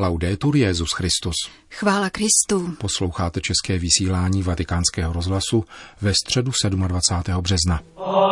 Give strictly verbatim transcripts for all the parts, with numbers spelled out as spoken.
Laudetur Jesus Christus. Chvála Kristu. Posloucháte české vysílání Vatikánského rozhlasu ve středu dvacátého sedmého března.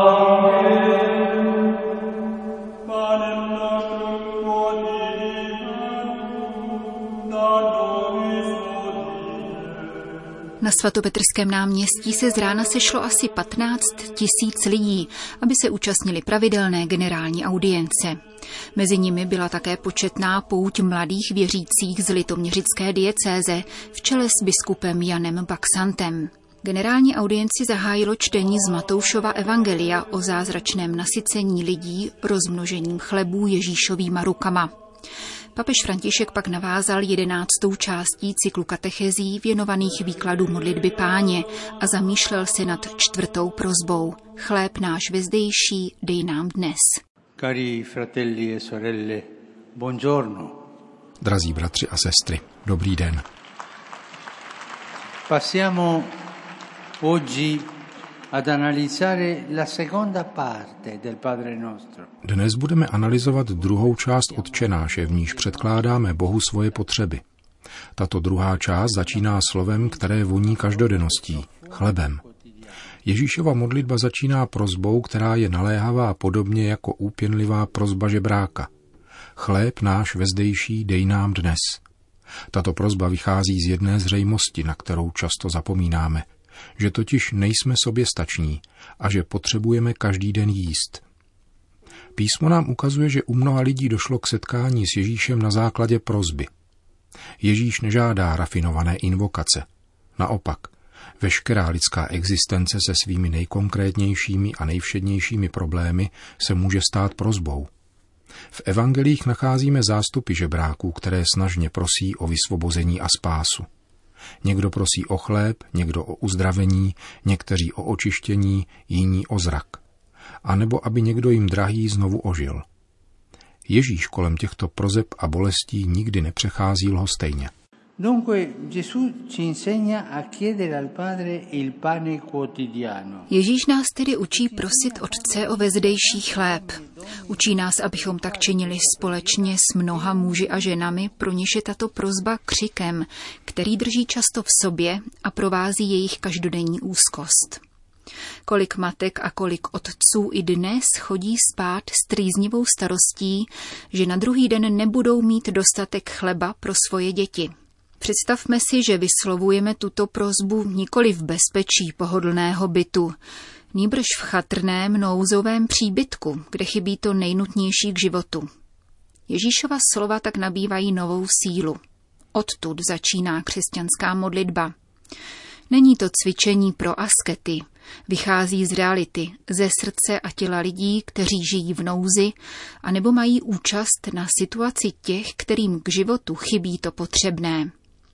Na svatopetrském náměstí se z rána sešlo asi patnáct tisíc lidí, aby se účastnili pravidelné generální audience. Mezi nimi byla také početná pouť mladých věřících z litoměřické diecéze v čele s biskupem Janem Baksantem. Generální audienci zahájilo čtení z Matoušova evangelia o zázračném nasycení lidí rozmnožením chlebů Ježíšovýma rukama. Papež František pak navázal jedenáctou částí cyklu katechezí věnovaných výkladu modlitby Páně a zamýšlel se nad čtvrtou prosbou. Chléb náš vezdejší, dej nám dnes. Cari fratelli e sorelle, buongiorno. Drazí bratři a sestry, dobrý den. Passiamo oggi ad analizzare la seconda parte del Padre Nostro. Dnes budeme analyzovat druhou část Otčenáše, v níž předkládáme Bohu svoje potřeby. Tato druhá část začíná slovem, které voní každodenností, chlebem. Ježíšova modlitba začíná prosbou, která je naléhavá podobně jako úpěnlivá prosba žebráka. Chléb náš vezdejší dej nám dnes. Tato prosba vychází z jedné zřejmosti, na kterou často zapomínáme, že totiž nejsme soběstační a že potřebujeme každý den jíst. Písmo nám ukazuje, že u mnoha lidí došlo k setkání s Ježíšem na základě prosby. Ježíš nežádá rafinované invokace. Naopak, veškerá lidská existence se svými nejkonkrétnějšími a nejvšednějšími problémy se může stát prosbou. V evangelích nacházíme zástupy žebráků, které snažně prosí o vysvobození a spásu. Někdo prosí o chléb, někdo o uzdravení, někteří o očištění, jiní o zrak. A nebo aby někdo jim drahý znovu ožil. Ježíš kolem těchto proseb a bolestí nikdy nepřechází lhostejně. Dunque Gesù ci insegna a chiedere al Padre il pane quotidiano. Ježíš nás tedy učí prosit Otce o vezdejší chléb. Učí nás, abychom tak činili společně s mnoha muži a ženami, pro něž je tato prosba křikem, který drží často v sobě a provází jejich každodenní úzkost. Kolik matek a kolik otců i dnes chodí spát s trýznivou starostí, že na druhý den nebudou mít dostatek chleba pro svoje děti. Představme si, že vyslovujeme tuto prosbu nikoli v bezpečí pohodlného bytu, nýbrž v chatrném nouzovém příbytku, kde chybí to nejnutnější k životu. Ježíšova slova tak nabývají novou sílu. Odtud začíná křesťanská modlitba. Není to cvičení pro askety, vychází z reality, ze srdce a těla lidí, kteří žijí v nouzi, anebo mají účast na situaci těch, kterým k životu chybí to potřebné.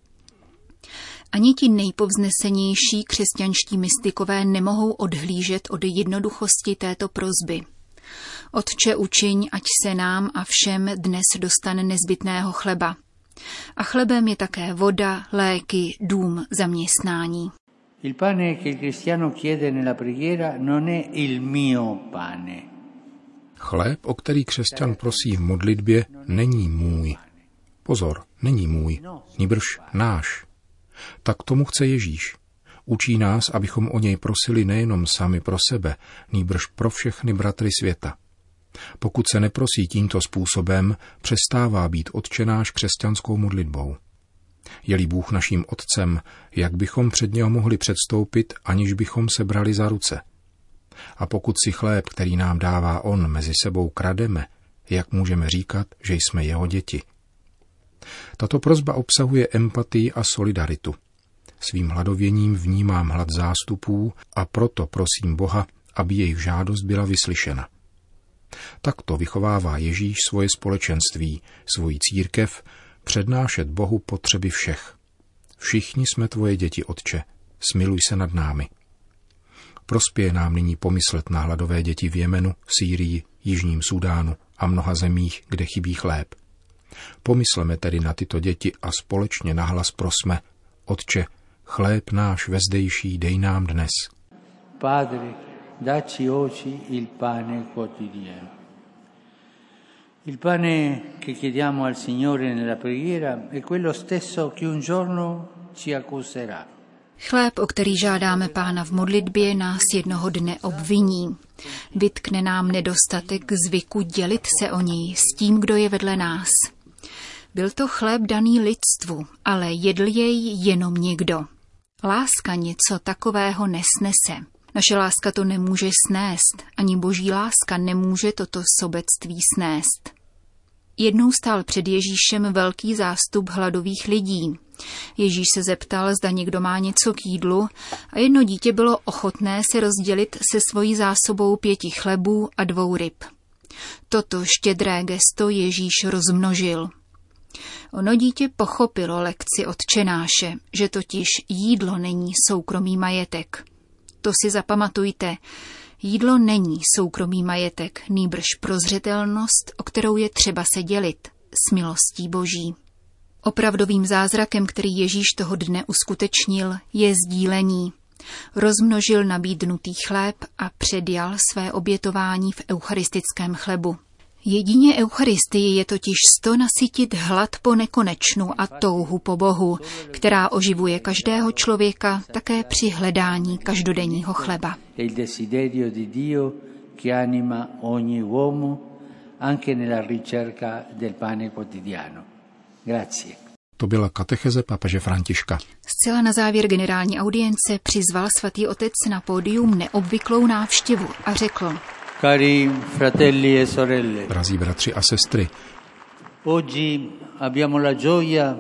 Ani ti nejpovznesenější křesťanští mystikové nemohou odhlížet od jednoduchosti této prosby. Otče, učiň, ať se nám a všem dnes dostane nezbytného chleba. A chlebem je také voda, léky, dům, zaměstnání. Il pane che il cristiano chiede nella preghiera non è il mio pane. Chléb, o který křesťan prosí v modlitbě, není můj. Pozor, není můj, nýbrž náš. Tak tomu chce Ježíš. Učí nás, abychom o něj prosili nejenom sami pro sebe, nýbrž pro všechny bratry světa. Pokud se neprosí tímto způsobem, přestává být Otčenáš křesťanskou modlitbou. Je-li Bůh naším Otcem, jak bychom před něho mohli předstoupit, aniž bychom se brali za ruce? A pokud si chléb, který nám dává on, mezi sebou krademe, jak můžeme říkat, že jsme jeho děti? Tato prosba obsahuje empatii a solidaritu. Svým hladověním vnímám hlad zástupů a proto prosím Boha, aby jejich žádost byla vyslyšena. Takto vychovává Ježíš svoje společenství, svoji církev, přednášet Bohu potřeby všech. Všichni jsme tvoje děti, Otče, smiluj se nad námi. Prospěje nám nyní pomyslet na hladové děti v Jemenu, Sýrii, Jižním Súdánu a mnoha zemích, kde chybí chléb. Pomysleme tedy na tyto děti a společně nahlas prosme: Otče, chléb náš vezdejší dej nám dnes. Padre, dacci oggi il pane quotidiano. Il pane che chiediamo al Signore nella preghiera è quello stesso che un giorno ci accuserà. Chléb, o který žádáme Pána v modlitbě, nás jednoho dne obviní. Vytkne nám nedostatek zvyku dělit se o něj s tím, kdo je vedle nás. Byl to chléb daný lidstvu, ale jedl jej jenom někdo. Láska něco takového nesnese. Naše láska to nemůže snést, ani boží láska nemůže toto sobectví snést. Jednou stál před Ježíšem velký zástup hladových lidí. Ježíš se zeptal, zda někdo má něco k jídlu, a jedno dítě bylo ochotné se rozdělit se svojí zásobou pěti chlebů a dvou ryb. Toto štědré gesto Ježíš rozmnožil. Ono dítě pochopilo lekci Otčenáše, že totiž jídlo není soukromý majetek. To si zapamatujte, jídlo není soukromý majetek, nýbrž prozřetelnost, o kterou je třeba se dělit, s milostí Boží. Opravdovým zázrakem, který Ježíš toho dne uskutečnil, je sdílení. Rozmnožil nabídnutý chléb a předjal své obětování v eucharistickém chlebu. Jedině Eucharistii je totiž sto nasytit hlad po nekonečnu a touhu po Bohu, která oživuje každého člověka také při hledání každodenního chleba. To byla katecheze papeže Františka. Zcela na závěr generální audience přizval svatý otec na pódium neobvyklou návštěvu a řekl: Cari fratelli e sorelle. Drazí bratři a sestry. Oggi abbiamo la gioia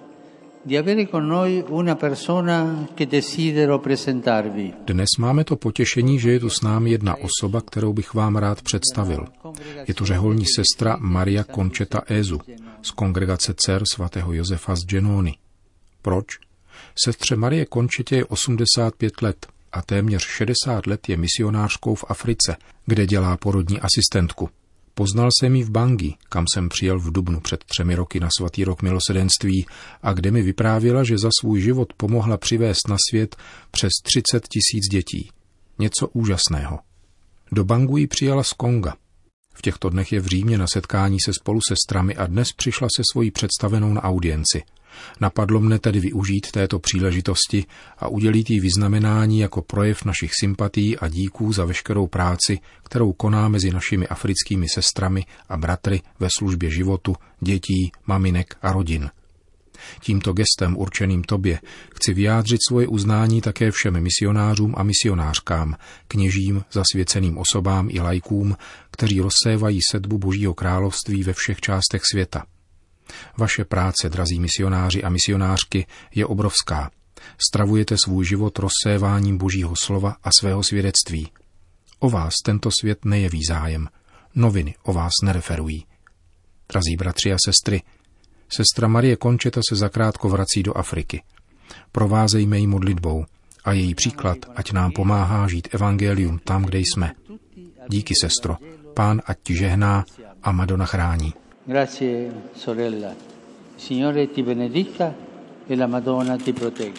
di avere con noi una persona che desidero presentarvi. Dnes máme to potěšení, že je tu s námi jedna osoba, kterou bych vám rád představil. Je tu řeholní sestra Maria Concheta Ezu z kongregace dcer svatého Josefa z Genony. Proč? Sestře Marie Conchetě je osmdesát pět let a téměř šedesát let je misionářkou v Africe, kde dělá porodní asistentku. Poznal jsem ji v Bangi, kam jsem přijel v dubnu před třemi roky na svatý rok milosedenství a kde mi vyprávěla, že za svůj život pomohla přivést na svět přes třicet tisíc dětí. Něco úžasného. Do Bangu ji přijala z Konga. V těchto dnech je v Římě na setkání se spolusestrami a dnes přišla se svojí představenou na audienci. Napadlo mne tedy využít této příležitosti a udělit jí vyznamenání jako projev našich sympatií a díků za veškerou práci, kterou koná mezi našimi africkými sestrami a bratry ve službě životu, dětí, maminek a rodin. Tímto gestem určeným tobě chci vyjádřit svoje uznání také všem misionářům a misionářkám, kněžím, zasvěceným osobám i laikům, kteří rozsévají sedbu Božího království ve všech částech světa. Vaše práce, drazí misionáři a misionářky, je obrovská. Stravujete svůj život rozséváním Božího slova a svého svědectví. O vás tento svět nejeví zájem. Noviny o vás nereferují. Drazí bratři a sestry, sestra Marie Concheta se zakrátko vrací do Afriky. Provázejme ji modlitbou a její příklad ať nám pomáhá žít evangelium tam, kde jsme. Díky, sestro. Pán ať ti žehná a Madonna chrání. Grazie, sorella. Signore ti benedica e la Madonna ti protegga.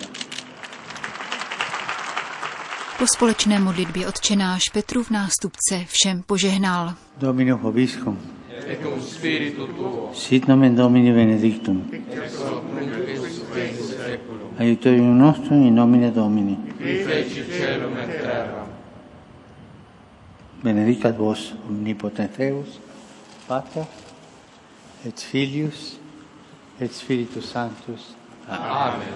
Po společné modlitbě Otčenáš Petrův nástupce všem požehnal. Domino vobiscum. Et cum spiritu tuo. Sit nomen Domini benedictum. Aiutorium nostrum in nomine Domini. Qui feci caelum et terra. Benedicat vos omnipotens Deus, Pater et Filius et Spiritus Sanctus. Amen.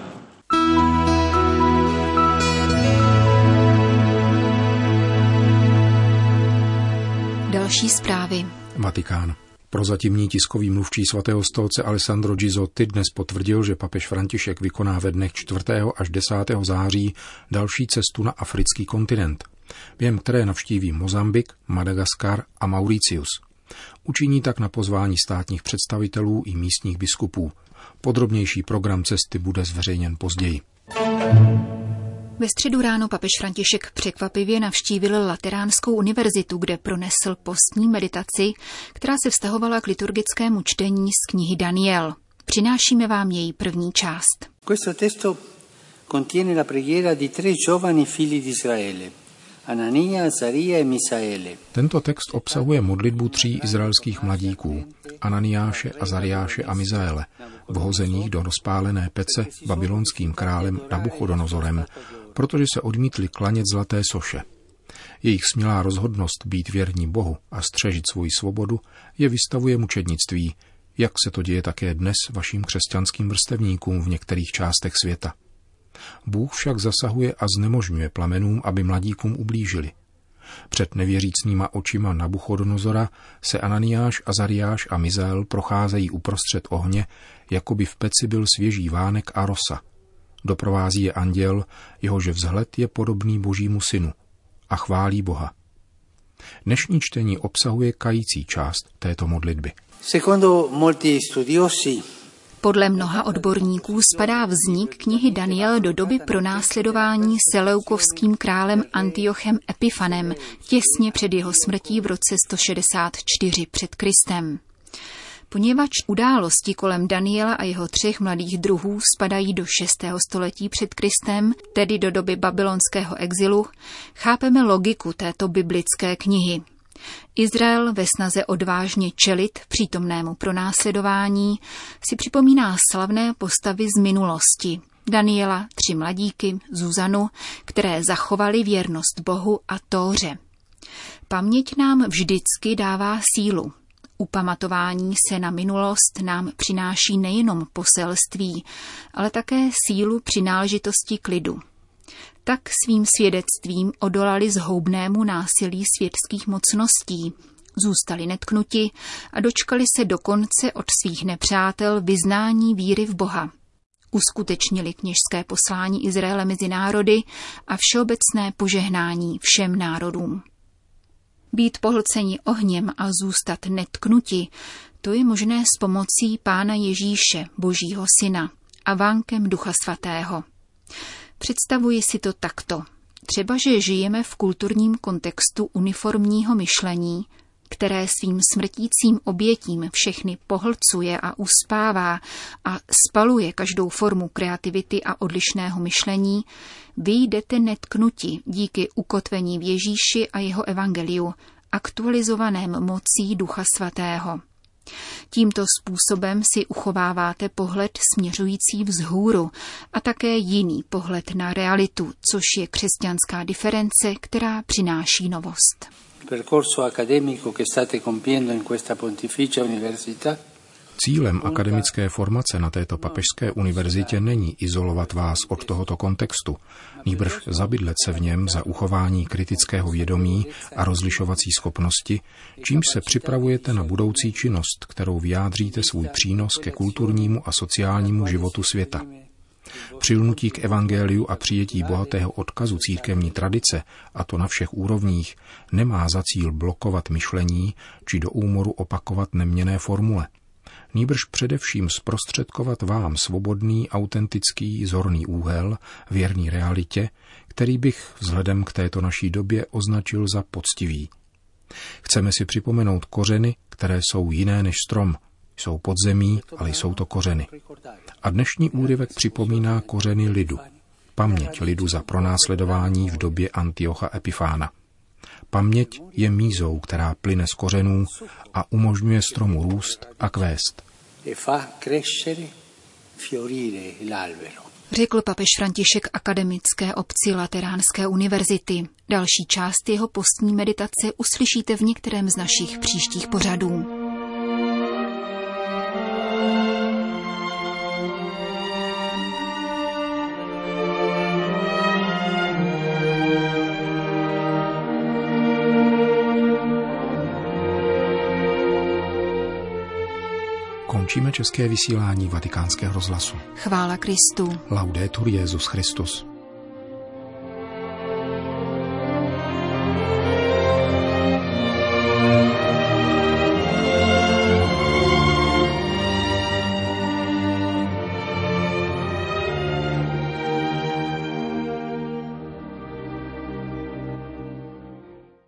Další zprávy. Vatikán. Prozatímní tiskový mluvčí svatého stolce Alessandro Gisotti dnes potvrdil, že papež František vykoná ve dnech čtvrtého až desátého září další cestu na africký kontinent, během které navštíví Mozambik, Madagaskar a Mauricius. Učiní tak na pozvání státních představitelů i místních biskupů. Podrobnější program cesty bude zveřejněn později. Ve středu ráno papež František překvapivě navštívil Lateránskou univerzitu, kde pronesl postní meditaci, která se vztahovala k liturgickému čtení z knihy Daniel. Přinášíme vám její první část. Questo testo contiene la preghiera di tre giovani figli di Israele, Tento text obsahuje modlitbu tří izraelských mladíků, Ananiáše, Azariáše a Mizaele, vhozených do rozpálené pece babylonským králem Nabuchodonozorem, protože se odmítli klanět zlaté soše. Jejich smělá rozhodnost být věrní Bohu a střežit svoji svobodu je vystavuje mučednictví, jak se to děje také dnes vašim křesťanským vrstevníkům v některých částech světa. Bůh však zasahuje a znemožňuje plamenům, aby mladíkům ublížili. Před nevěřícnýma očima Nabuchodonozora se Ananiáš, Azariáš a Mizael procházejí uprostřed ohně, jako by v peci byl svěží vánek a rosa. Doprovází je anděl, jehož vzhled je podobný Božímu synu, a chválí Boha. Dnešní čtení obsahuje kající část této modlitby. Secondo molti studiosi, podle mnoha odborníků spadá vznik knihy Daniel do doby pronásledování seleukovským králem Antiochem Epifanem těsně před jeho smrtí v roce sto šedesát čtyři před Kristem. Poněvadž události kolem Daniela a jeho třech mladých druhů spadají do šestého století před Kristem, tedy do doby babylonského exilu, chápeme logiku této biblické knihy. Izrael ve snaze odvážně čelit přítomnému pronásledování si připomíná slavné postavy z minulosti. Daniela, tři mladíky, Zuzanu, které zachovali věrnost Bohu a Tóře. Paměť nám vždycky dává sílu. Upamatování se na minulost nám přináší nejenom poselství, ale také sílu přináležitosti klidu. Tak svým svědectvím odolali zhoubnému násilí světských mocností, zůstali netknuti a dočkali se dokonce od svých nepřátel vyznání víry v Boha. Uskutečnili kněžské poslání Izraele mezi národy a všeobecné požehnání všem národům. Být pohlceni ohněm a zůstat netknuti, to je možné s pomocí Pána Ježíše, Božího syna, a vánkem Ducha svatého. Představuji si to takto. Třeba, že žijeme v kulturním kontextu uniformního myšlení, které svým smrtícím obětím všechny pohlcuje a uspává a spaluje každou formu kreativity a odlišného myšlení, vy jdete netknuti díky ukotvení v Ježíši a jeho evangeliu, aktualizovaném mocí Ducha svatého. Tímto způsobem si uchováváte pohled směřující vzhůru a také jiný pohled na realitu, což je křesťanská diference, která přináší novost. Cílem akademické formace na této papežské univerzitě není izolovat vás od tohoto kontextu, nýbrž zabydlet se v něm za uchování kritického vědomí a rozlišovací schopnosti, čímž se připravujete na budoucí činnost, kterou vyjádříte svůj přínos ke kulturnímu a sociálnímu životu světa. Přilnutí k evangeliu a přijetí bohatého odkazu církevní tradice, a to na všech úrovních, nemá za cíl blokovat myšlení či do úmoru opakovat neměnné formule. Nýbrž především zprostředkovat vám svobodný, autentický, zorný úhel, věrný realitě, který bych vzhledem k této naší době označil za poctivý. Chceme si připomenout kořeny, které jsou jiné než strom. Jsou podzemí, ale jsou to kořeny. A dnešní úryvek připomíná kořeny lidu. Paměť lidu za pronásledování v době Antiocha Epifána. Paměť je mízou, která plyne z kořenů a umožňuje stromu růst a kvést. Řekl papež František akademické obci Lateránské univerzity. Další část jeho postní meditace uslyšíte v některém z našich příštích pořadů. Končíme české vysílání Vatikánského rozhlasu. Chvála Kristu. Laudetur Jesus Christus.